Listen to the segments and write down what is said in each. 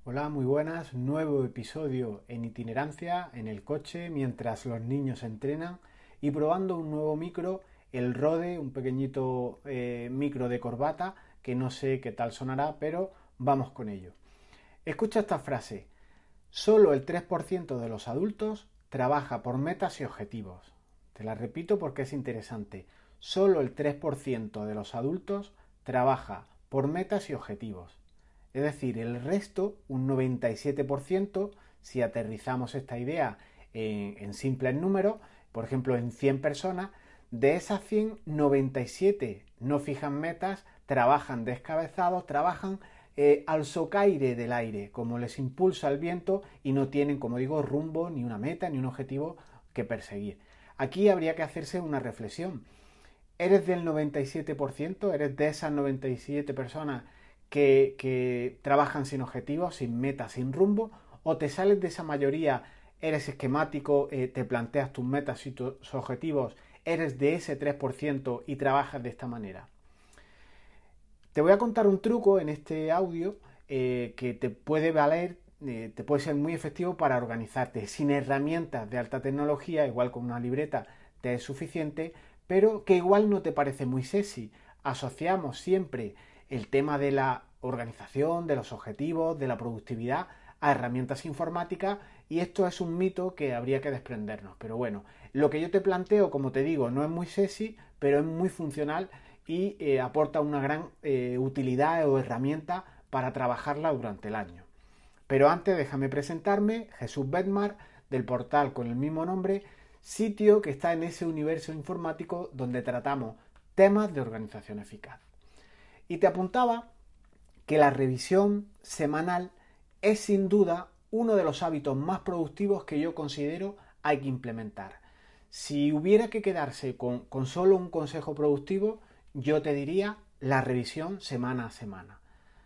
Hola, muy buenas. Nuevo episodio en itinerancia, en el coche, mientras los niños entrenan y probando un nuevo micro, el Rode, un pequeñito micro de corbata que no sé qué tal sonará, pero vamos con ello. Escucha esta frase. Solo el 3% de los adultos trabaja por metas y objetivos. Te la repito porque es interesante. Solo el 3% de los adultos trabaja por metas y objetivos. Es decir, el resto, un 97%, si aterrizamos esta idea en simples números, por ejemplo, en 100 personas, de esas 100, 97 no fijan metas, trabajan descabezados, trabajan al socaire del aire, como les impulsa el viento y no tienen, como digo, rumbo, ni una meta, ni un objetivo que perseguir. Aquí habría que hacerse una reflexión. ¿Eres del 97%? ¿Eres de esas 97 personas que trabajan sin objetivos, sin metas, sin rumbo? ¿O te sales de esa mayoría, eres esquemático, te planteas tus metas y tus objetivos, eres de ese 3% y trabajas de esta manera? Te voy a contar un truco en este audio que te puede valer, te puede ser muy efectivo para organizarte. Sin herramientas de alta tecnología, igual con una libreta te es suficiente, pero que igual no te parece muy sexy. Asociamos siempre el tema de la organización, de los objetivos, de la productividad a herramientas informáticas y esto es un mito que habría que desprendernos. Pero bueno, lo que yo te planteo, como te digo, no es muy sexy, pero es muy funcional y aporta una gran utilidad o herramienta para trabajarla durante el año. Pero antes déjame presentarme, Jesús Bedmar, del portal con el mismo nombre, sitio que está en ese universo informático donde tratamos temas de organización eficaz. Y te apuntaba que la revisión semanal es sin duda uno de los hábitos más productivos que yo considero hay que implementar. Si hubiera que quedarse con solo un consejo productivo, yo te diría la revisión semana a semana.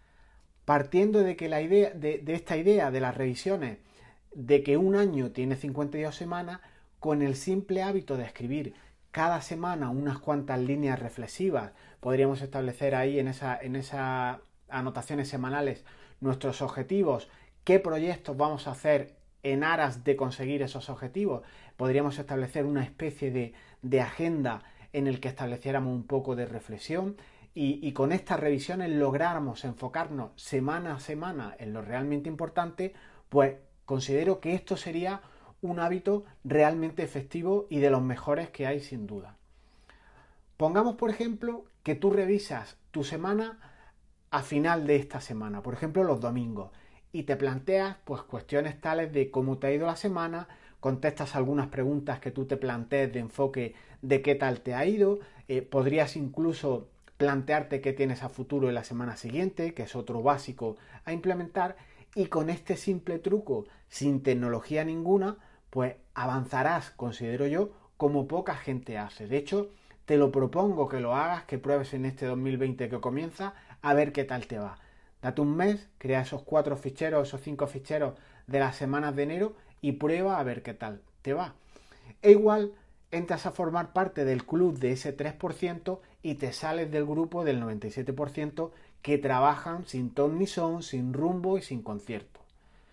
Partiendo de que la idea de esta idea de las revisiones, de que un año tiene 52 semanas, con el simple hábito de escribir cada semana unas cuantas líneas reflexivas, podríamos establecer ahí en esas anotaciones semanales nuestros objetivos, qué proyectos vamos a hacer en aras de conseguir esos objetivos. Podríamos establecer una especie de agenda en el que estableciéramos un poco de reflexión y con estas revisiones lográramos enfocarnos semana a semana en lo realmente importante, pues considero que esto sería un hábito realmente efectivo y de los mejores que hay sin duda. Pongamos, por ejemplo, que tú revisas tu semana a final de esta semana, por ejemplo los domingos, y te planteas pues cuestiones tales de cómo te ha ido la semana, contestas algunas preguntas que tú te plantees de enfoque de qué tal te ha ido, podrías incluso plantearte qué tienes a futuro en la semana siguiente, que es otro básico a implementar, y con este simple truco, sin tecnología ninguna, pues avanzarás, considero yo, como poca gente hace. De hecho, te lo propongo que lo hagas, que pruebes en este 2020 que comienza, a ver qué tal te va. Date un mes, crea esos 4 ficheros, esos 5 ficheros de las semanas de enero y prueba a ver qué tal te va. E igual entras a formar parte del club de ese 3% y te sales del grupo del 97% que trabajan sin ton ni son, sin rumbo y sin concierto.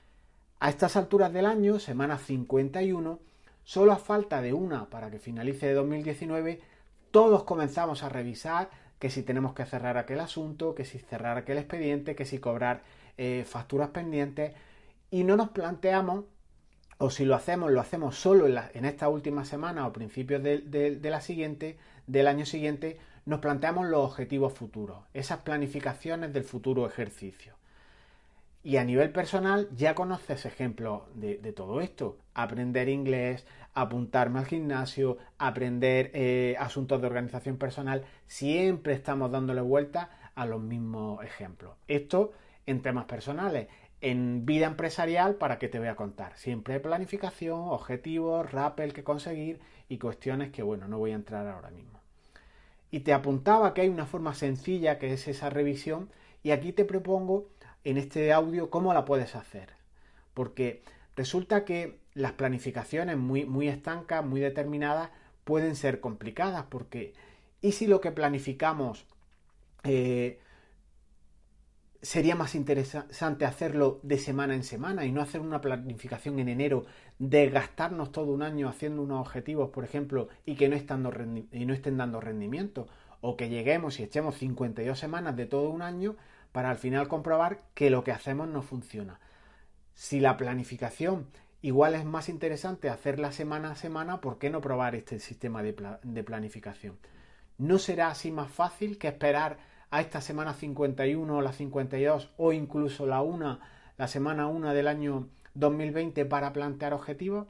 A estas alturas del año, semana 51, solo a falta de una para que finalice 2019, todos comenzamos a revisar que si tenemos que cerrar aquel asunto, que si cerrar aquel expediente, que si cobrar facturas pendientes y no nos planteamos, o si lo hacemos solo en esta última semana o principios de la siguiente, del año siguiente, nos planteamos los objetivos futuros, esas planificaciones del futuro ejercicio. Y a nivel personal ya conoces ejemplos de todo esto. Aprender inglés, apuntarme al gimnasio, aprender asuntos de organización personal. Siempre estamos dándole vuelta a los mismos ejemplos. Esto en temas personales. En vida empresarial, ¿para qué te voy a contar? Siempre hay planificación, objetivos, rappel que conseguir y cuestiones que, bueno, no voy a entrar ahora mismo. Y te apuntaba que hay una forma sencilla que es esa revisión y aquí te propongo en este audio cómo la puedes hacer. Porque resulta que las planificaciones muy estancas, muy determinadas, pueden ser complicadas porque ¿y si lo que planificamos eh, sería más interesante hacerlo de semana en semana y no hacer una planificación en enero, desgastarnos todo un año haciendo unos objetivos, por ejemplo, y que no estén dando rendimiento, o que lleguemos y echemos 52 semanas de todo un año para al final comprobar que lo que hacemos no funciona. Si la planificación igual es más interesante hacerla semana a semana, ¿por qué no probar este sistema de planificación? ¿No será así más fácil que esperar a esta semana 51 o la 52 o incluso la semana 1 del año 2020 para plantear objetivos?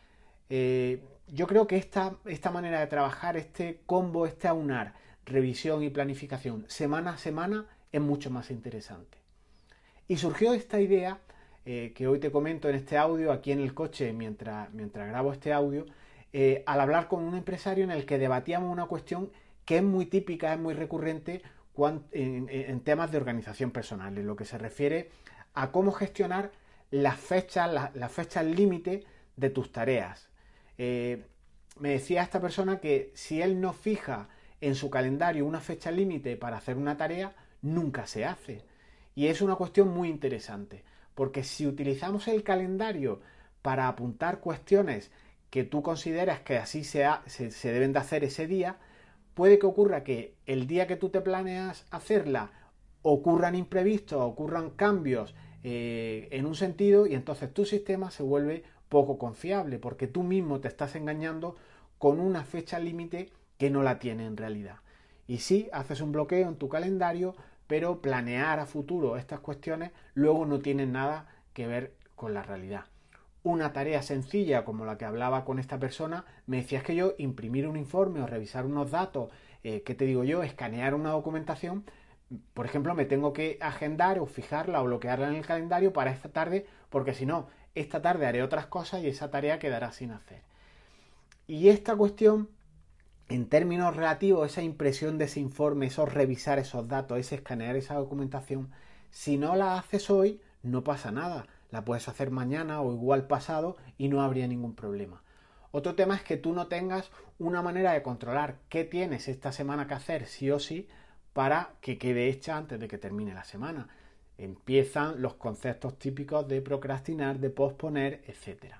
Yo creo que esta manera de trabajar, este combo, este aunar revisión y planificación semana a semana es mucho más interesante. Y surgió esta idea que hoy te comento en este audio, aquí en el coche, mientras grabo este audio, al hablar con un empresario en el que debatíamos una cuestión que es muy típica, es muy recurrente en temas de organización personal, en lo que se refiere a cómo gestionar las fechas límite de tus tareas. Me decía esta persona que si él no fija en su calendario una fecha límite para hacer una tarea, nunca se hace. Y es una cuestión muy interesante, porque si utilizamos el calendario para apuntar cuestiones que tú consideras que así se deben de hacer ese día, puede que ocurra que el día que tú te planeas hacerla ocurran imprevistos, ocurran cambios en un sentido y entonces tu sistema se vuelve poco confiable porque tú mismo te estás engañando con una fecha límite que no la tiene en realidad. Y sí, haces un bloqueo en tu calendario, pero planear a futuro estas cuestiones luego no tienen nada que ver con la realidad. Una tarea sencilla como la que hablaba con esta persona, me decía que yo imprimir un informe o revisar unos datos, ¿qué te digo yo? Escanear una documentación, por ejemplo, me tengo que agendar o fijarla o bloquearla en el calendario para esta tarde, porque si no, esta tarde haré otras cosas y esa tarea quedará sin hacer. Y esta cuestión, en términos relativos, esa impresión de ese informe, esos revisar esos datos, ese escanear esa documentación, si no la haces hoy, no pasa nada. La puedes hacer mañana o igual pasado y no habría ningún problema. Otro tema es que tú no tengas una manera de controlar qué tienes esta semana que hacer sí o sí para que quede hecha antes de que termine la semana. Empiezan los conceptos típicos de procrastinar, de posponer, etc.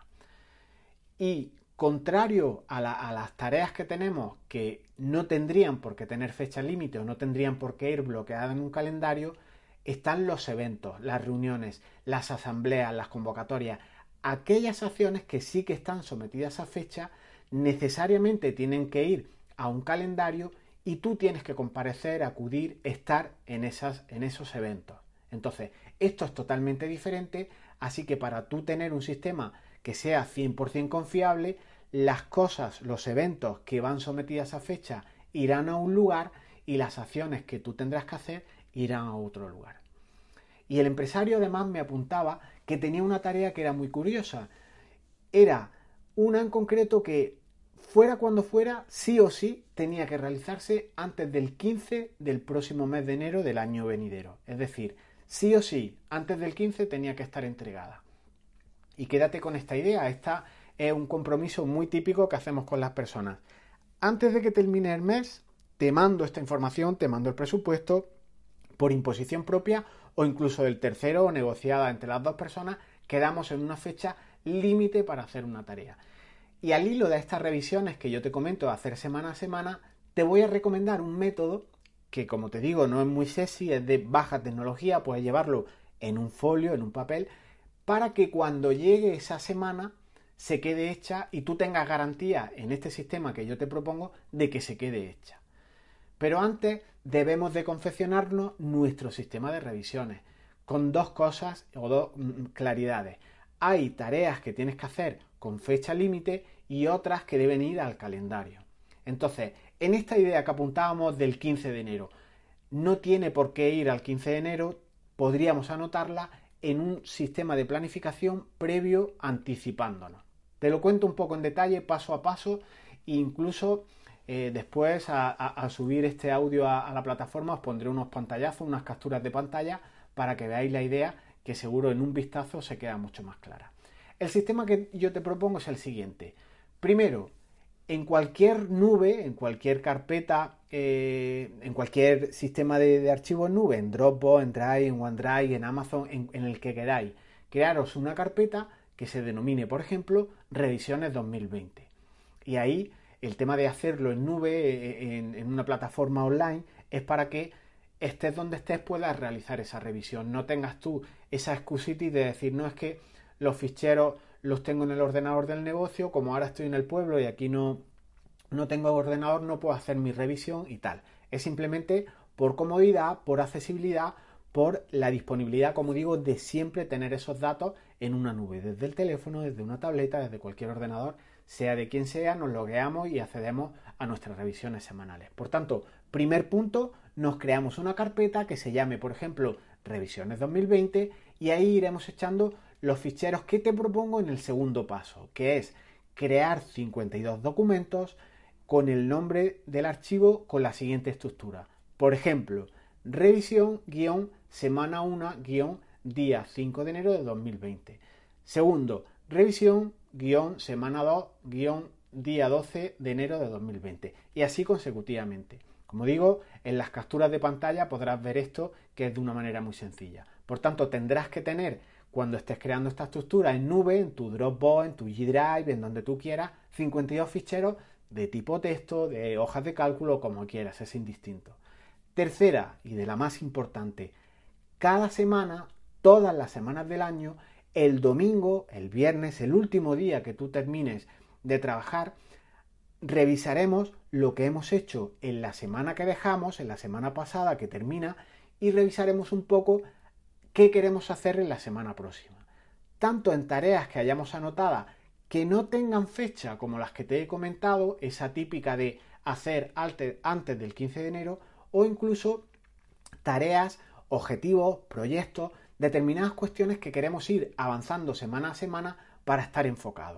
Y contrario a las tareas que tenemos que no tendrían por qué tener fecha límite o no tendrían por qué ir bloqueadas en un calendario, están los eventos, las reuniones, las asambleas, las convocatorias. Aquellas acciones que sí que están sometidas a fecha necesariamente tienen que ir a un calendario y tú tienes que comparecer, acudir, estar en esos eventos. Entonces, esto es totalmente diferente, así que para tú tener un sistema que sea 100% confiable, las cosas, los eventos que van sometidas a fecha irán a un lugar y las acciones que tú tendrás que hacer irán a otro lugar. Y el empresario además me apuntaba que tenía una tarea que era muy curiosa. Era una en concreto que fuera cuando fuera, sí o sí tenía que realizarse antes del 15 del próximo mes de enero del año venidero. Es decir, sí o sí, antes del 15 tenía que estar entregada. Y quédate con esta idea, esta es un compromiso muy típico que hacemos con las personas. Antes de que termine el mes, te mando esta información, te mando el presupuesto por imposición propia o incluso del tercero o negociada entre las dos personas, quedamos en una fecha límite para hacer una tarea. Y al hilo de estas revisiones que yo te comento de hacer semana a semana, te voy a recomendar un método que, como te digo, no es muy sexy, es de baja tecnología, puedes llevarlo en un folio, en un papel, para que cuando llegue esa semana se quede hecha y tú tengas garantía en este sistema que yo te propongo de que se quede hecha. Pero antes debemos de confeccionarnos nuestro sistema de revisiones con dos cosas o dos claridades. Hay tareas que tienes que hacer con fecha límite y otras que deben ir al calendario. Entonces, en esta idea que apuntábamos del 15 de enero, no tiene por qué ir al 15 de enero, podríamos anotarla en un sistema de planificación previo anticipándonos. Te lo cuento un poco en detalle, paso a paso, e incluso después a subir este audio a la plataforma os pondré unos pantallazos, unas capturas de pantalla para que veáis la idea que seguro en un vistazo se queda mucho más clara. El sistema que yo te propongo es el siguiente. Primero, En cualquier nube, en cualquier carpeta, en cualquier sistema de archivos nube, en Dropbox, en Drive, en OneDrive, en Amazon, en el que queráis, crearos una carpeta que se denomine, por ejemplo, Revisiones 2020. Y ahí el tema de hacerlo en nube, en una plataforma online, es para que estés donde estés puedas realizar esa revisión. No tengas tú esa excusitis de decir, no, es que los ficheros los tengo en el ordenador del negocio, como ahora estoy en el pueblo y aquí no tengo ordenador, no puedo hacer mi revisión y tal. Es simplemente por comodidad, por accesibilidad, por la disponibilidad, como digo, de siempre tener esos datos en una nube, desde el teléfono, desde una tableta, desde cualquier ordenador, sea de quien sea, nos logueamos y accedemos a nuestras revisiones semanales. Por tanto, primer punto, nos creamos una carpeta que se llame, por ejemplo, Revisiones 2020 y ahí iremos echando los ficheros que te propongo en el segundo paso, que es crear 52 documentos con el nombre del archivo con la siguiente estructura. Por ejemplo, revisión-semana 1-día 5 de enero de 2020. Segundo, revisión-semana 2-día 12 de enero de 2020. Y así consecutivamente. Como digo, en las capturas de pantalla podrás ver esto, que es de una manera muy sencilla. Por tanto, tendrás que tener, cuando estés creando esta estructura en nube, en tu Dropbox, en tu G Drive, en donde tú quieras, 52 ficheros de tipo texto, de hojas de cálculo, como quieras, es indistinto. Tercera, y de la más importante, cada semana, todas las semanas del año, el domingo, el viernes, el último día que tú termines de trabajar, revisaremos lo que hemos hecho en la semana que dejamos, en la semana pasada que termina, y revisaremos un poco qué queremos hacer en la semana próxima. Tanto en tareas que hayamos anotadas que no tengan fecha como las que te he comentado, esa típica de hacer antes del 15 de enero, o incluso tareas, objetivos, proyectos, determinadas cuestiones que queremos ir avanzando semana a semana para estar enfocados.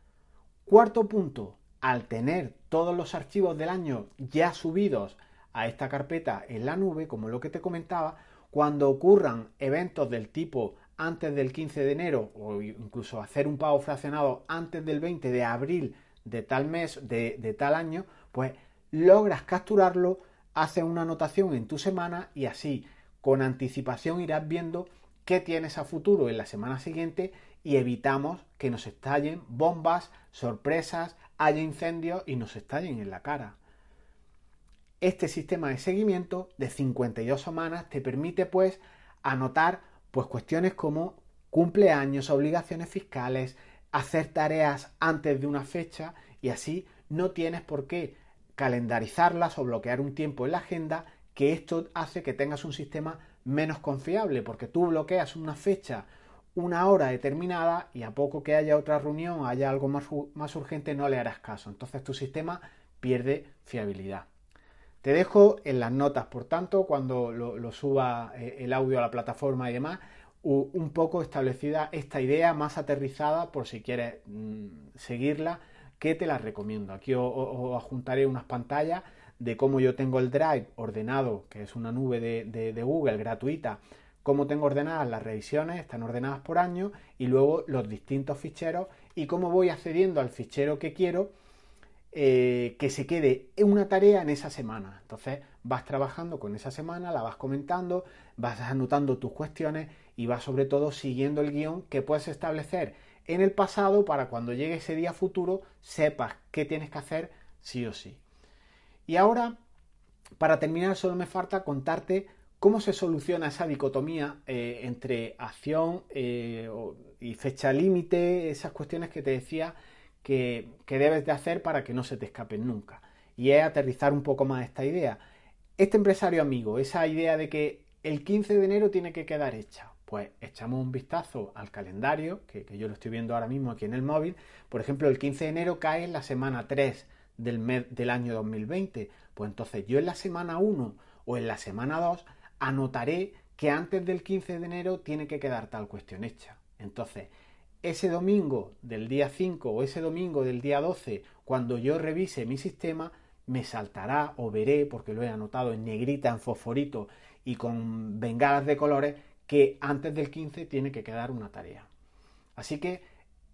Cuarto punto, al tener todos los archivos del año ya subidos a esta carpeta en la nube, como lo que te comentaba, cuando ocurran eventos del tipo antes del 15 de enero o incluso hacer un pago fraccionado antes del 20 de abril de tal mes, de tal año, pues logras capturarlo, haces una anotación en tu semana y así con anticipación irás viendo qué tienes a futuro en la semana siguiente y evitamos que nos estallen bombas, sorpresas, haya incendios y nos estallen en la cara. Este sistema de seguimiento de 52 semanas te permite pues anotar pues cuestiones como cumpleaños, obligaciones fiscales, hacer tareas antes de una fecha y así no tienes por qué calendarizarlas o bloquear un tiempo en la agenda, que esto hace que tengas un sistema menos confiable porque tú bloqueas una fecha, una hora determinada y a poco que haya otra reunión, haya algo más urgente, no le harás caso. Entonces tu sistema pierde fiabilidad. Te dejo en las notas, por tanto, cuando lo suba el audio a la plataforma y demás, un poco establecida esta idea más aterrizada por si quieres seguirla, que te la recomiendo. Aquí os adjuntaré unas pantallas de cómo yo tengo el Drive ordenado, que es una nube de Google gratuita, cómo tengo ordenadas las revisiones, están ordenadas por año, y luego los distintos ficheros y cómo voy accediendo al fichero que quiero que se quede una tarea en esa semana. Entonces vas trabajando con esa semana, la vas comentando, vas anotando tus cuestiones y vas sobre todo siguiendo el guión que puedes establecer en el pasado para cuando llegue ese día futuro sepas qué tienes que hacer sí o sí. Y ahora, para terminar, solo me falta contarte cómo se soluciona esa dicotomía entre acción y fecha límite, esas cuestiones que te decía que debes de hacer para que no se te escapen nunca. Y es aterrizar un poco más esta idea. Este empresario amigo, esa idea de que el 15 de enero tiene que quedar hecha, pues echamos un vistazo al calendario, que yo lo estoy viendo ahora mismo aquí en el móvil. Por ejemplo, el 15 de enero cae en la semana 3 del año 2020. Pues entonces yo en la semana 1 o en la semana 2 anotaré que antes del 15 de enero tiene que quedar tal cuestión hecha. Entonces, ese domingo del día 5 o ese domingo del día 12, cuando yo revise mi sistema, me saltará o veré, porque lo he anotado en negrita, en fosforito y con bengalas de colores, que antes del 15 tiene que quedar una tarea. Así que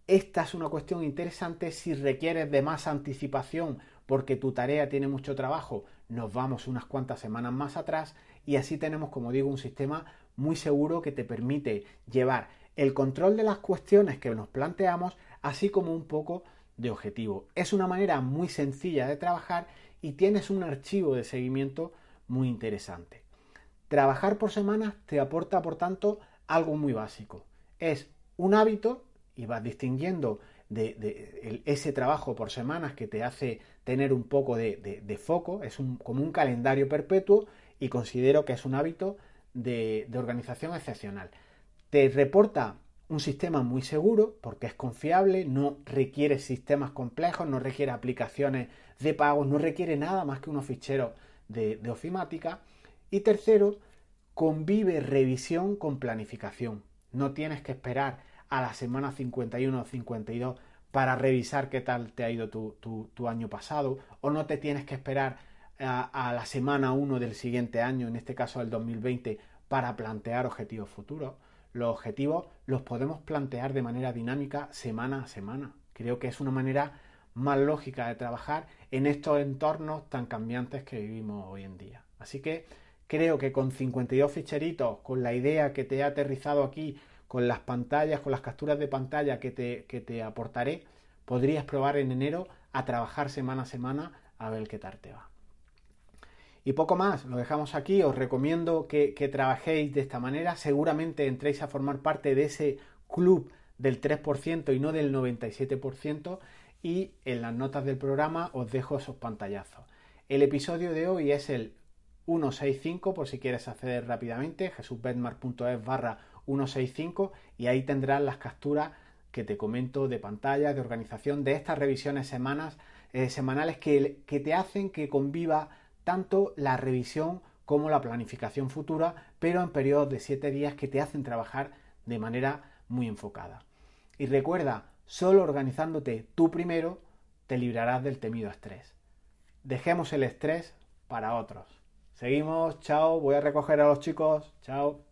Esta es una cuestión interesante si requieres de más anticipación porque tu tarea tiene mucho trabajo, nos vamos unas cuantas semanas más atrás y así tenemos, como digo, un sistema muy seguro que te permite llevar el control de las cuestiones que nos planteamos, así como un poco de objetivo. Es una manera muy sencilla de trabajar y tienes un archivo de seguimiento muy interesante. Trabajar por semanas te aporta, por tanto, algo muy básico. Es un hábito y vas distinguiendo ese trabajo por semanas que te hace tener un poco de foco, es como un calendario perpetuo y considero que es un hábito de organización excepcional. Te reporta un sistema muy seguro porque es confiable, no requiere sistemas complejos, no requiere aplicaciones de pagos, no requiere nada más que unos ficheros de ofimática. Y tercero, convive revisión con planificación. No tienes que esperar a la semana 51 o 52 para revisar qué tal te ha ido tu año pasado, o no te tienes que esperar a la semana 1 del siguiente año, en este caso del 2020, para plantear objetivos futuros. Los objetivos los podemos plantear de manera dinámica semana a semana. Creo que es una manera más lógica de trabajar en estos entornos tan cambiantes que vivimos hoy en día. Así que creo que con 52 ficheritos, con la idea que te he aterrizado aquí, con las pantallas, con las capturas de pantalla que te aportaré, podrías probar en enero a trabajar semana a semana a ver qué tal te va. Y poco más, lo dejamos aquí, os recomiendo que trabajéis de esta manera, seguramente entréis a formar parte de ese club del 3% y no del 97%, y en las notas del programa os dejo esos pantallazos. El episodio de hoy es el 165, por si quieres acceder rápidamente, jesusbedmar.es/165, y ahí tendrás las capturas que te comento de pantalla, de organización, de estas revisiones semanales que te hacen que conviva tanto la revisión como la planificación futura, pero en periodos de 7 días que te hacen trabajar de manera muy enfocada. Y recuerda, solo organizándote tú primero te librarás del temido estrés. Dejemos el estrés para otros. Seguimos, chao, voy a recoger a los chicos, chao.